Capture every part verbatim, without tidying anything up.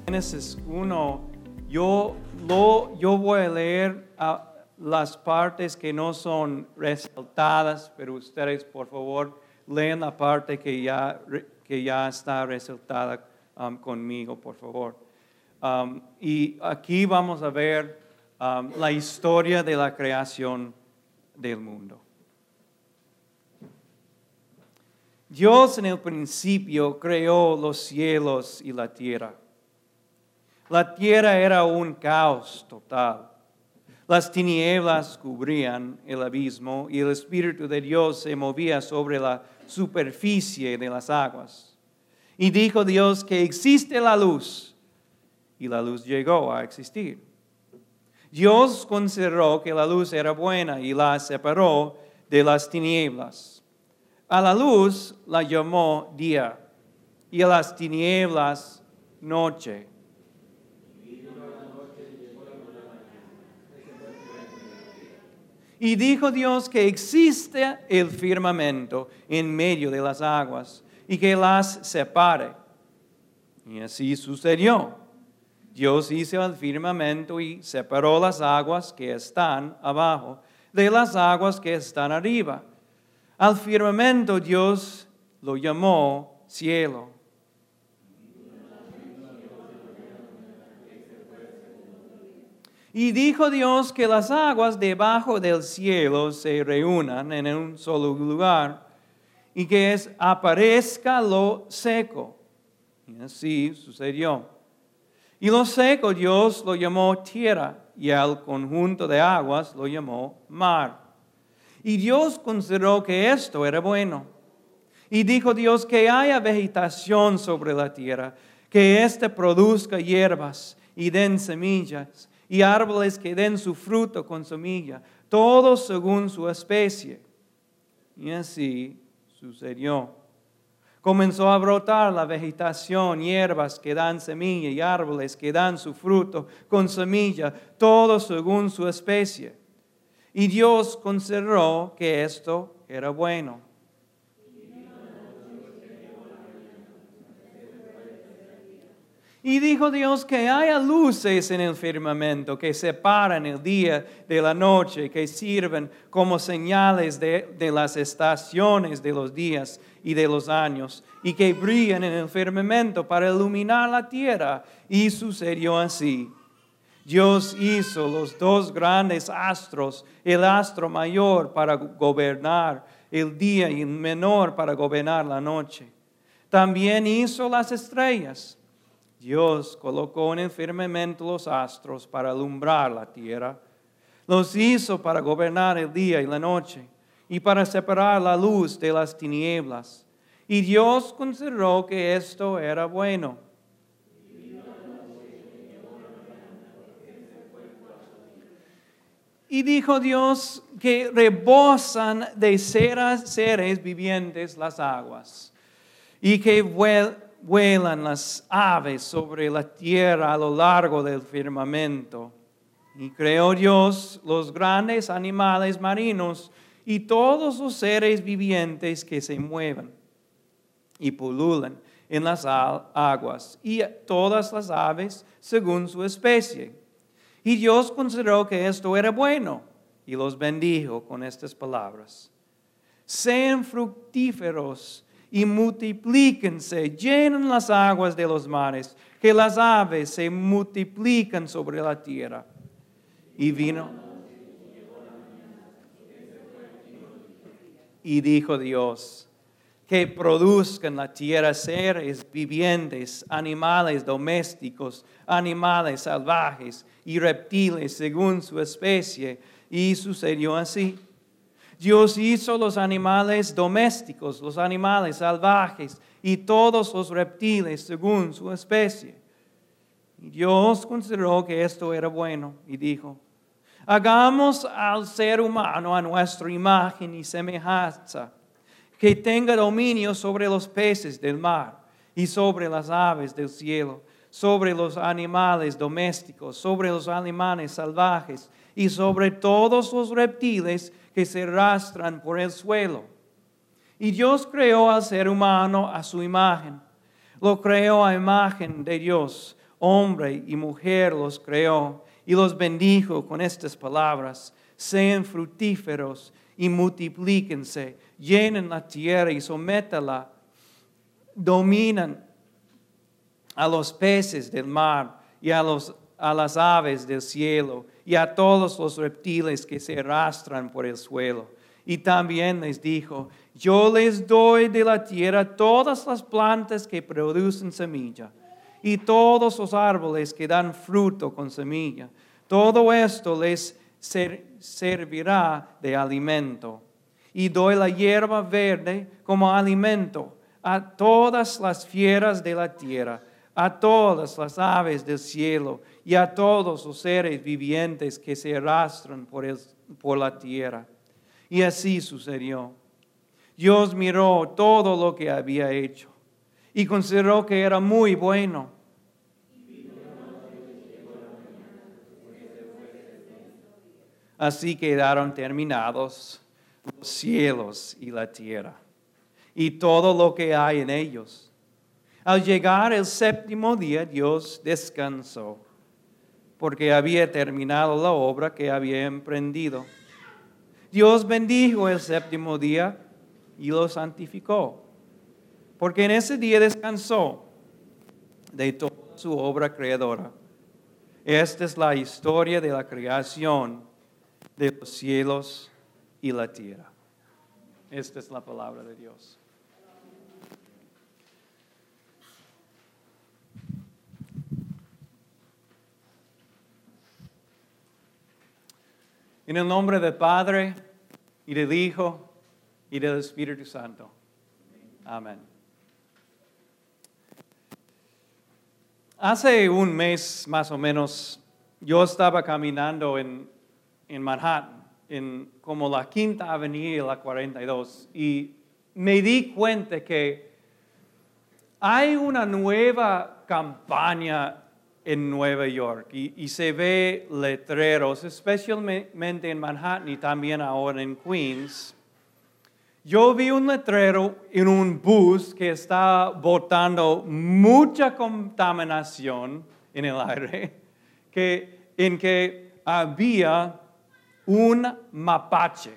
Génesis uno, yo, lo, yo voy a leer uh, las partes que no son resaltadas, pero ustedes, por favor, lean la parte que ya, que ya está resaltada um, conmigo, por favor. Um, y aquí vamos a ver um, la historia de la creación del mundo. Dios en el principio creó los cielos y la tierra. La tierra era un caos total. Las tinieblas cubrían el abismo y el Espíritu de Dios se movía sobre la superficie de las aguas. Y dijo Dios que existe la luz, y la luz llegó a existir. Dios consideró que la luz era buena y la separó de las tinieblas. A la luz la llamó día y a las tinieblas noche. Y dijo Dios que existe el firmamento en medio de las aguas y que las separe. Y así sucedió. Dios hizo el firmamento y separó las aguas que están abajo de las aguas que están arriba. Al firmamento Dios lo llamó cielo. Y dijo Dios que las aguas debajo del cielo se reúnan en un solo lugar y que es, aparezca lo seco. Y así sucedió. Y lo seco Dios lo llamó tierra y al conjunto de aguas lo llamó mar. Y Dios consideró que esto era bueno. Y dijo Dios que haya vegetación sobre la tierra, que ésta produzca hierbas y den semillas, y árboles que den su fruto con semilla, todos según su especie. Y así sucedió. Comenzó a brotar la vegetación, hierbas que dan semilla y árboles que dan su fruto con semilla, todos según su especie. Y Dios consideró que esto era bueno. Y dijo Dios que haya luces en el firmamento que separan el día de la noche, que sirven como señales de, de las estaciones de los días y de los años, y que brillan en el firmamento para iluminar la tierra. Y sucedió así. Dios hizo los dos grandes astros, el astro mayor para gobernar el día y el menor para gobernar la noche. También hizo las estrellas. Dios colocó en el firmamento los astros para alumbrar la tierra. Los hizo para gobernar el día y la noche y para separar la luz de las tinieblas. Y Dios consideró que esto era bueno. Y dijo Dios que rebosan de seres, seres vivientes las aguas y que vuelan las aves sobre la tierra a lo largo del firmamento. Y creó Dios los grandes animales marinos y todos los seres vivientes que se mueven y pululan en las aguas y todas las aves según su especie. Y Dios consideró que esto era bueno y los bendijo con estas palabras. Sean fructíferos y multiplíquense, llenen las aguas de los mares, que las aves se multiplican sobre la tierra. Y vino. Y dijo Dios, que produzcan la tierra seres vivientes, animales domésticos, animales salvajes y reptiles según su especie. Y sucedió así. Dios hizo los animales domésticos, los animales salvajes y todos los reptiles según su especie. Y Dios consideró que esto era bueno y dijo, hagamos al ser humano a nuestra imagen y semejanza, que tenga dominio sobre los peces del mar y sobre las aves del cielo, sobre los animales domésticos, sobre los animales salvajes y sobre todos los reptiles que se arrastran por el suelo. Y Dios creó al ser humano a su imagen. Lo creó a imagen de Dios. hombre y mujer los creó y los bendijo con estas palabras: sean fructíferos y multiplíquense, llenen la tierra y sométala, dominan a los peces del mar y a, los, a las aves del cielo y a todos los reptiles que se arrastran por el suelo. Y también les dijo: yo les doy de la tierra todas las plantas que producen semilla y todos los árboles que dan fruto con semilla. Todo esto les ser, servirá de alimento. Y doy la hierba verde como alimento a todas las fieras de la tierra, a todas las aves del cielo y a todos los seres vivientes que se arrastran por, el, por la tierra. Y así sucedió. Dios miró todo lo que había hecho y consideró que era muy bueno. Así quedaron terminados los cielos y la tierra, y todo lo que hay en ellos. Al llegar el séptimo día, Dios descansó, porque había terminado la obra que había emprendido. Dios bendijo el séptimo día y lo santificó, porque en ese día descansó de toda su obra creadora. Esta es la historia de la creación de los cielos y la tierra. Esta es la palabra de Dios. En el nombre del Padre, y del Hijo, y del Espíritu Santo. Amén. Hace un mes más o menos, yo estaba caminando en, en Manhattan, en como la Quinta Avenida y la cuarenta y dos, y me di cuenta que hay una nueva campaña en Nueva York y, y se ve letreros, especialmente en Manhattan y también ahora en Queens. Yo vi un letrero en un bus que está botando mucha contaminación en el aire, que, en que había un mapache.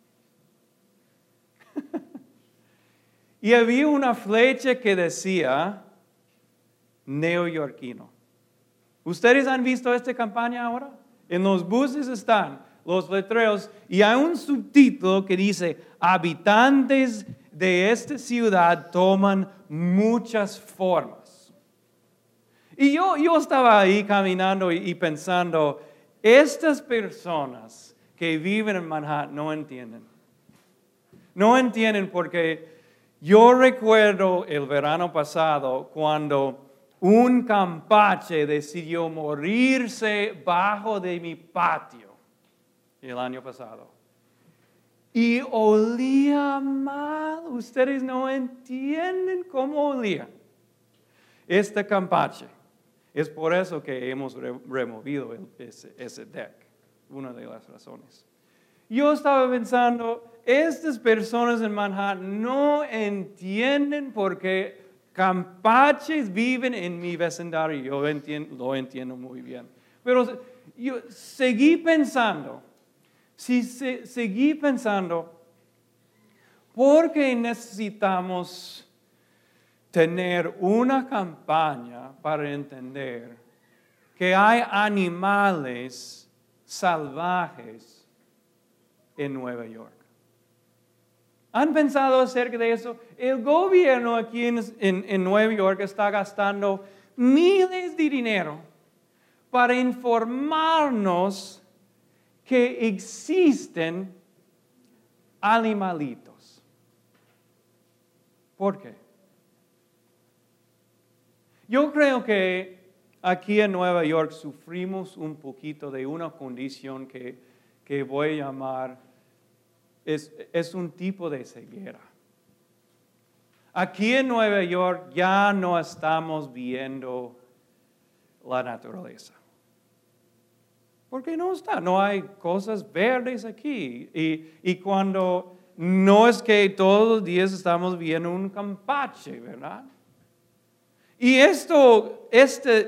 Y había una flecha que decía neoyorquino. ¿Ustedes han visto esta campaña ahora? En los buses están los letreros y hay un subtítulo que dice: habitantes de esta ciudad toman muchas formas. Y yo, yo estaba ahí caminando y, y pensando, estas personas que viven en Manhattan no entienden. No entienden porque yo recuerdo el verano pasado cuando un campache decidió morirse bajo de mi patio el año pasado. Y olía mal. Ustedes no entienden cómo olía este campache. Es por eso que hemos re- removido el, ese, ese deck. Una de las razones. Yo estaba pensando, estas personas en Manhattan no entienden por qué campaches viven en mi vecindario. Yo entiendo, lo entiendo muy bien. Pero yo seguí pensando, si se, seguí pensando, ¿por qué necesitamos tener una campaña para entender que hay animales salvajes en Nueva York? ¿Han pensado acerca de eso? El gobierno aquí en, en, en Nueva York está gastando miles de dinero para informarnos que existen animalitos. ¿Por qué? Yo creo que aquí en Nueva York sufrimos un poquito de una condición que, que voy a llamar Es, es un tipo de ceguera. Aquí en Nueva York ya no estamos viendo la naturaleza. Porque no está, no hay cosas verdes aquí. Y, y cuando no es que todos los días estamos viendo un campache, ¿verdad? Y esto, esta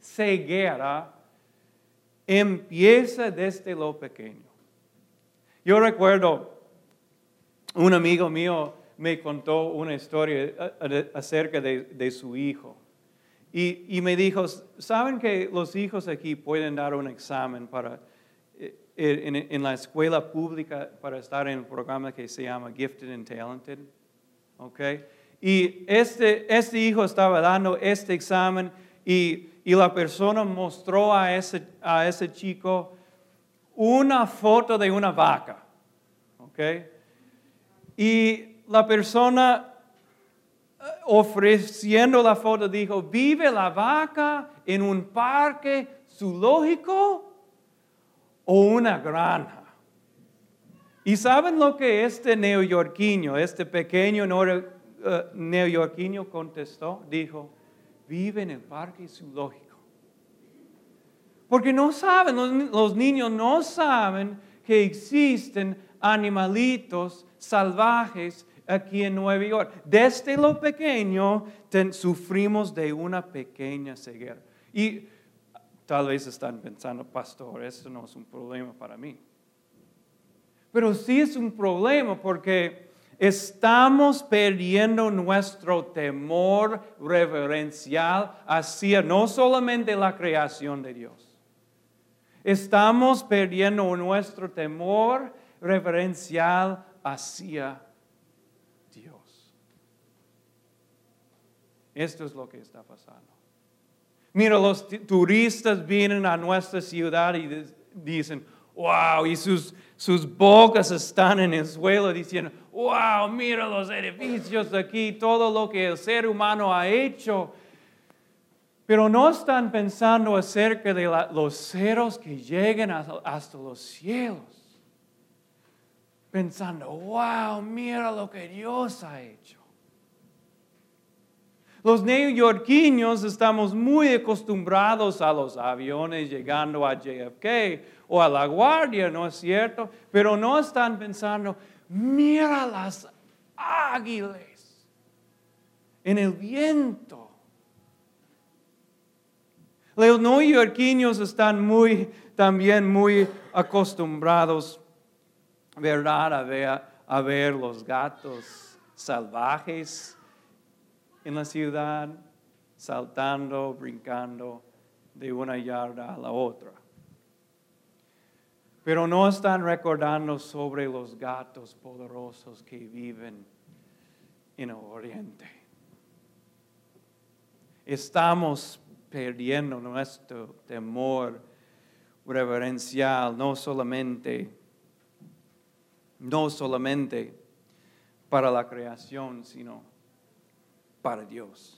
ceguera empieza desde lo pequeño. Yo recuerdo, un amigo mío me contó una historia acerca de, de su hijo. Y, y me dijo, ¿saben que los hijos aquí pueden dar un examen para, en, en la escuela pública para estar en el programa que se llama Gifted and Talented? ¿Okay? Y este, este hijo estaba dando este examen y, y la persona mostró a ese, a ese chico una foto de una vaca. ¿Okay? Y la persona ofreciendo la foto dijo, ¿vive la vaca en un parque zoológico o una granja? ¿Y saben lo que este neoyorquino, este pequeño uh, neoyorquino contestó? Dijo, vive en el parque zoológico. Porque no saben, los, los niños no saben que existen animalitos salvajes aquí en Nueva York. Desde lo pequeño ten, sufrimos de una pequeña ceguera. Y tal vez están pensando, pastor, esto no es un problema para mí. Pero sí es un problema porque estamos perdiendo nuestro temor reverencial hacia no solamente la creación de Dios. Estamos perdiendo nuestro temor reverencial hacia Dios. Esto es lo que está pasando. Mira, los turistas vienen a nuestra ciudad y dicen, wow, y sus, sus bocas están en el suelo diciendo, wow, mira los edificios aquí, todo lo que el ser humano ha hecho. Pero no están pensando acerca de la, los ceros que llegan hasta, hasta los cielos. Pensando, wow, mira lo que Dios ha hecho. Los neoyorquinos estamos muy acostumbrados a los aviones llegando a J F K o a La Guardia, ¿no es cierto? Pero no están pensando, mira las águilas en el viento. Los neoyorquinos están muy, también muy acostumbrados, ¿verdad?, a ver, a ver los gatos salvajes en la ciudad, saltando, brincando de una yarda a la otra. Pero no están recordando sobre los gatos poderosos que viven en el oriente. Estamos perdiendo nuestro temor reverencial, no solamente, no solamente para la creación, sino para Dios.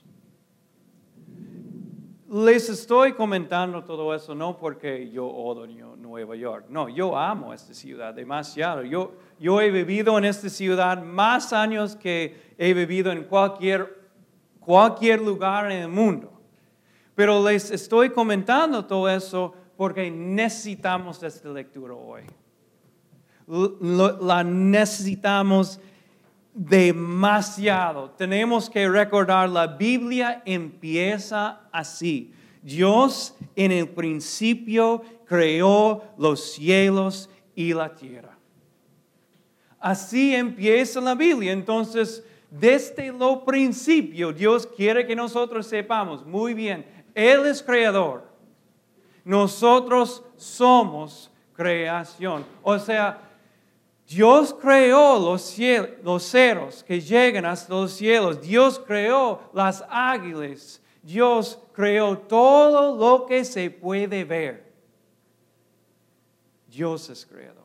Les estoy comentando todo eso no porque yo odio Nueva York. No, yo amo esta ciudad demasiado. Yo, yo he vivido en esta ciudad más años que he vivido en cualquier, cualquier lugar en el mundo. Pero les estoy comentando todo eso porque necesitamos esta lectura hoy. La necesitamos demasiado. Tenemos que recordar, la Biblia empieza así. Dios en el principio creó los cielos y la tierra. Así empieza la Biblia. Entonces, desde lo principio, Dios quiere que nosotros sepamos muy bien, Él es creador. Nosotros somos creación. O sea, Dios creó los, cielos, los ceros que llegan hasta los cielos. Dios creó las águilas. Dios creó todo lo que se puede ver. Dios es creador.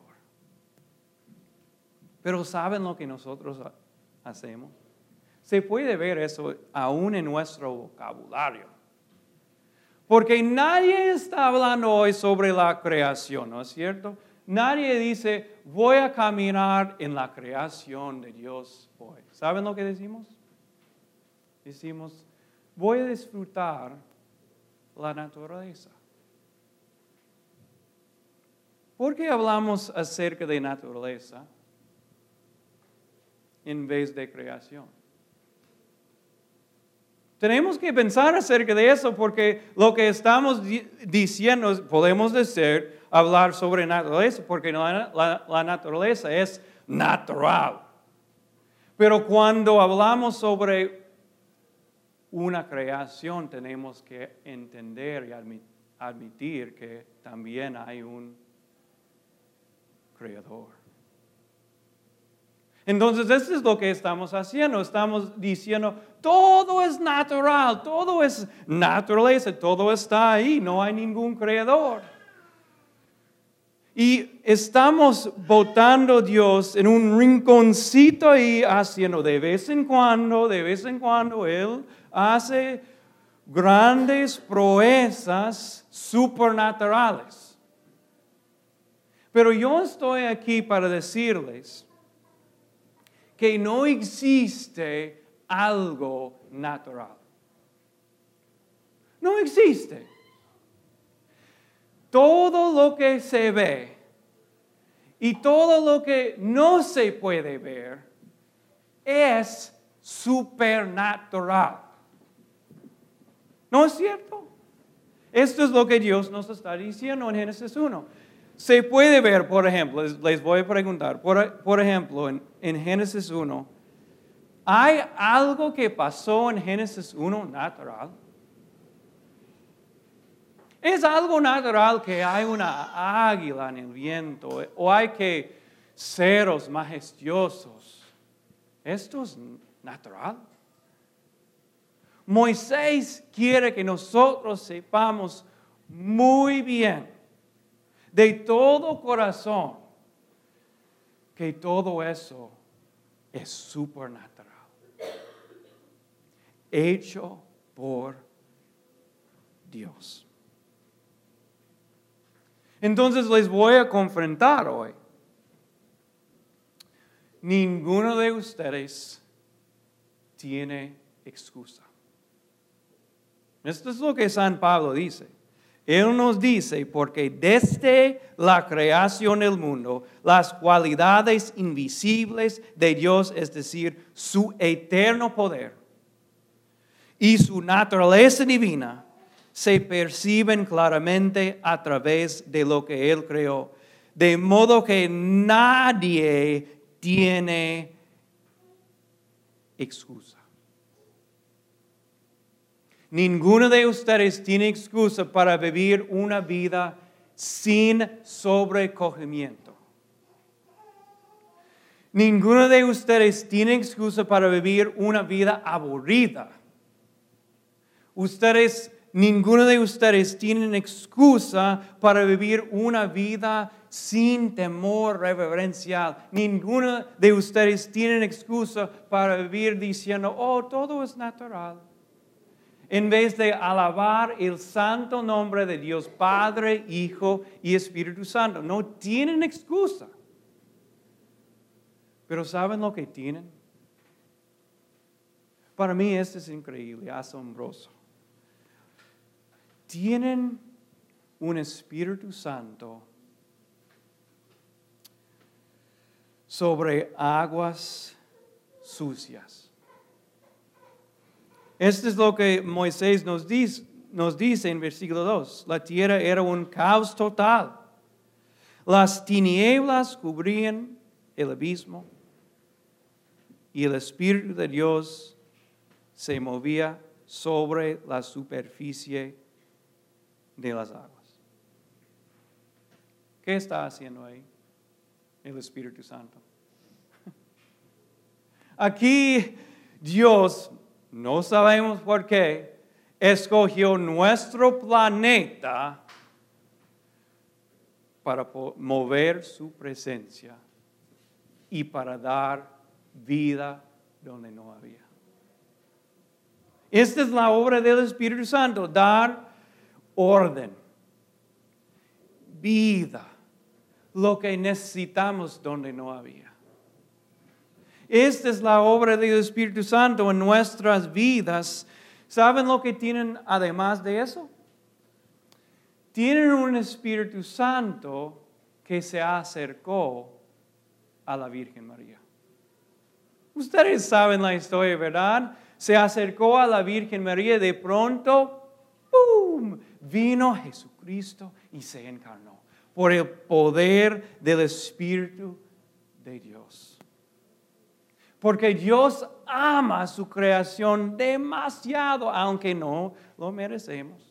Pero ¿saben lo que nosotros hacemos? Se puede ver eso aún en nuestro vocabulario. Porque nadie está hablando hoy sobre la creación, ¿no es cierto? Nadie dice, voy a caminar en la creación de Dios hoy. ¿Saben lo que decimos? Decimos, voy a disfrutar la naturaleza. ¿Por qué hablamos acerca de naturaleza en vez de creación? Tenemos que pensar acerca de eso porque lo que estamos di- diciendo podemos decir, hablar sobre naturaleza, porque la, la, la naturaleza es natural. Pero cuando hablamos sobre una creación, tenemos que entender y admi- admitir que también hay un creador. Entonces, eso es lo que estamos haciendo. Estamos diciendo, todo es natural, todo es naturaleza, todo está ahí, no hay ningún creador. Y estamos botando a Dios en un rinconcito ahí, haciendo de vez en cuando, de vez en cuando, Él hace grandes proezas supernaturales. Pero yo estoy aquí para decirles que no existe algo natural. No existe. Todo lo que se ve y todo lo que no se puede ver es supernatural. ¿No es cierto? Esto es lo que Dios nos está diciendo en Génesis uno. Se puede ver, por ejemplo, les, les voy a preguntar, por, por ejemplo, en, en Génesis uno, ¿hay algo que pasó en Génesis uno natural? ¿Es algo natural que hay una águila en el viento o hay que ceros majestuosos? ¿Esto es natural? Moisés quiere que nosotros sepamos muy bien, de todo corazón, que todo eso es supernatural, hecho por Dios. Entonces les voy a confrontar hoy. Ninguno de ustedes tiene excusa. Esto es lo que San Pablo dice. Él nos dice, porque desde la creación del mundo, las cualidades invisibles de Dios, es decir, su eterno poder y su naturaleza divina, se perciben claramente a través de lo que Él creó. De modo que nadie tiene excusa. Ninguno de ustedes tiene excusa para vivir una vida sin sobrecogimiento. Ninguno de ustedes tiene excusa para vivir una vida aburrida. Ustedes, ninguno de ustedes tiene excusa para vivir una vida sin temor reverencial. Ninguno de ustedes tiene excusa para vivir diciendo, oh, todo es natural. En vez de alabar el santo nombre de Dios Padre, Hijo y Espíritu Santo. No tienen excusa. Pero ¿saben lo que tienen? Para mí esto es increíble, asombroso. Tienen un Espíritu Santo sobre aguas sucias. Esto es lo que Moisés nos dice, nos dice en versículo dos. La tierra era un caos total. Las tinieblas cubrían el abismo y el Espíritu de Dios se movía sobre la superficie de las aguas. ¿Qué está haciendo ahí el Espíritu Santo? Aquí Dios, no sabemos por qué, escogió nuestro planeta para mover su presencia y para dar vida donde no había. Esta es la obra del Espíritu Santo, dar orden, vida, lo que necesitamos donde no había. Esta es la obra del Espíritu Santo en nuestras vidas. ¿Saben lo que tienen además de eso? Tienen un Espíritu Santo que se acercó a la Virgen María. Ustedes saben la historia, ¿verdad? se acercó a la Virgen María, de pronto, ¡pum!, vino Jesucristo y se encarnó por el poder del Espíritu de Dios. Porque Dios ama su creación demasiado, aunque no lo merecemos.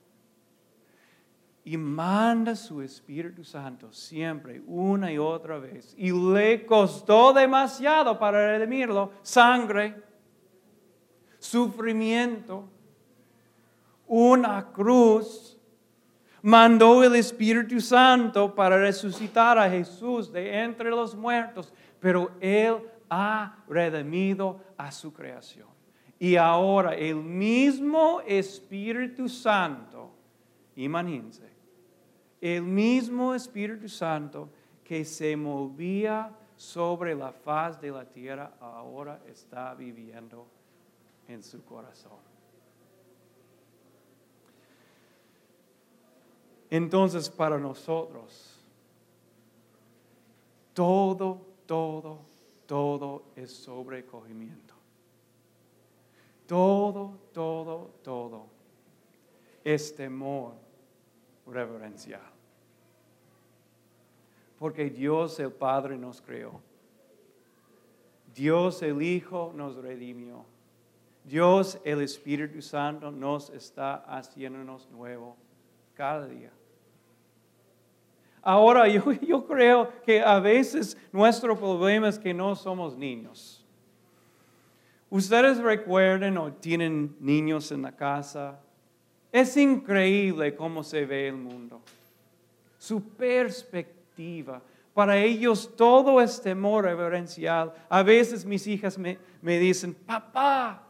Y manda su Espíritu Santo siempre, una y otra vez. Y le costó demasiado para redimirlo: sangre, sufrimiento, una cruz. Mandó el Espíritu Santo para resucitar a Jesús de entre los muertos. Pero Él ha redimido a su creación. Y ahora el mismo Espíritu Santo, imagínense, el mismo Espíritu Santo que se movía sobre la faz de la tierra, ahora está viviendo en su corazón. Entonces, para nosotros, todo, todo, todo es sobrecogimiento. Todo, todo, todo es temor reverencial. Porque Dios el Padre nos creó. Dios el Hijo nos redimió. Dios el Espíritu Santo nos está haciéndonos nuevo cada día. Ahora, yo, yo creo que a veces nuestro problema es que no somos niños. Ustedes recuerdan o tienen niños en la casa. Es increíble cómo se ve el mundo. Su perspectiva. Para ellos todo es temor reverencial. A veces mis hijas me, me dicen: papá,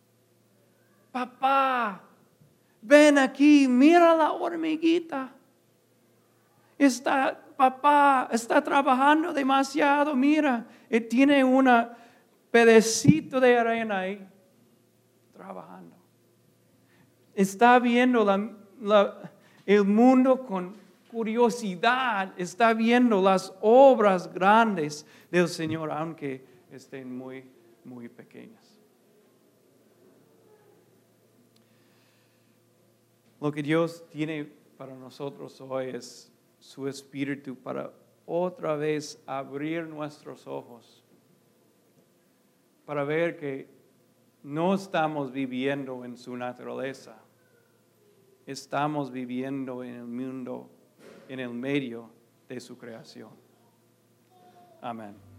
papá, ven aquí, mira la hormiguita. Está, papá, está trabajando demasiado, mira, y tiene un pedacito de arena ahí, trabajando. Está viendo la, la, el mundo con curiosidad, está viendo las obras grandes del Señor, aunque estén muy, muy pequeñas. Lo que Dios tiene para nosotros hoy es su Espíritu para otra vez abrir nuestros ojos, para ver que no estamos viviendo en su naturaleza, estamos viviendo en el mundo, en el medio de su creación. Amén.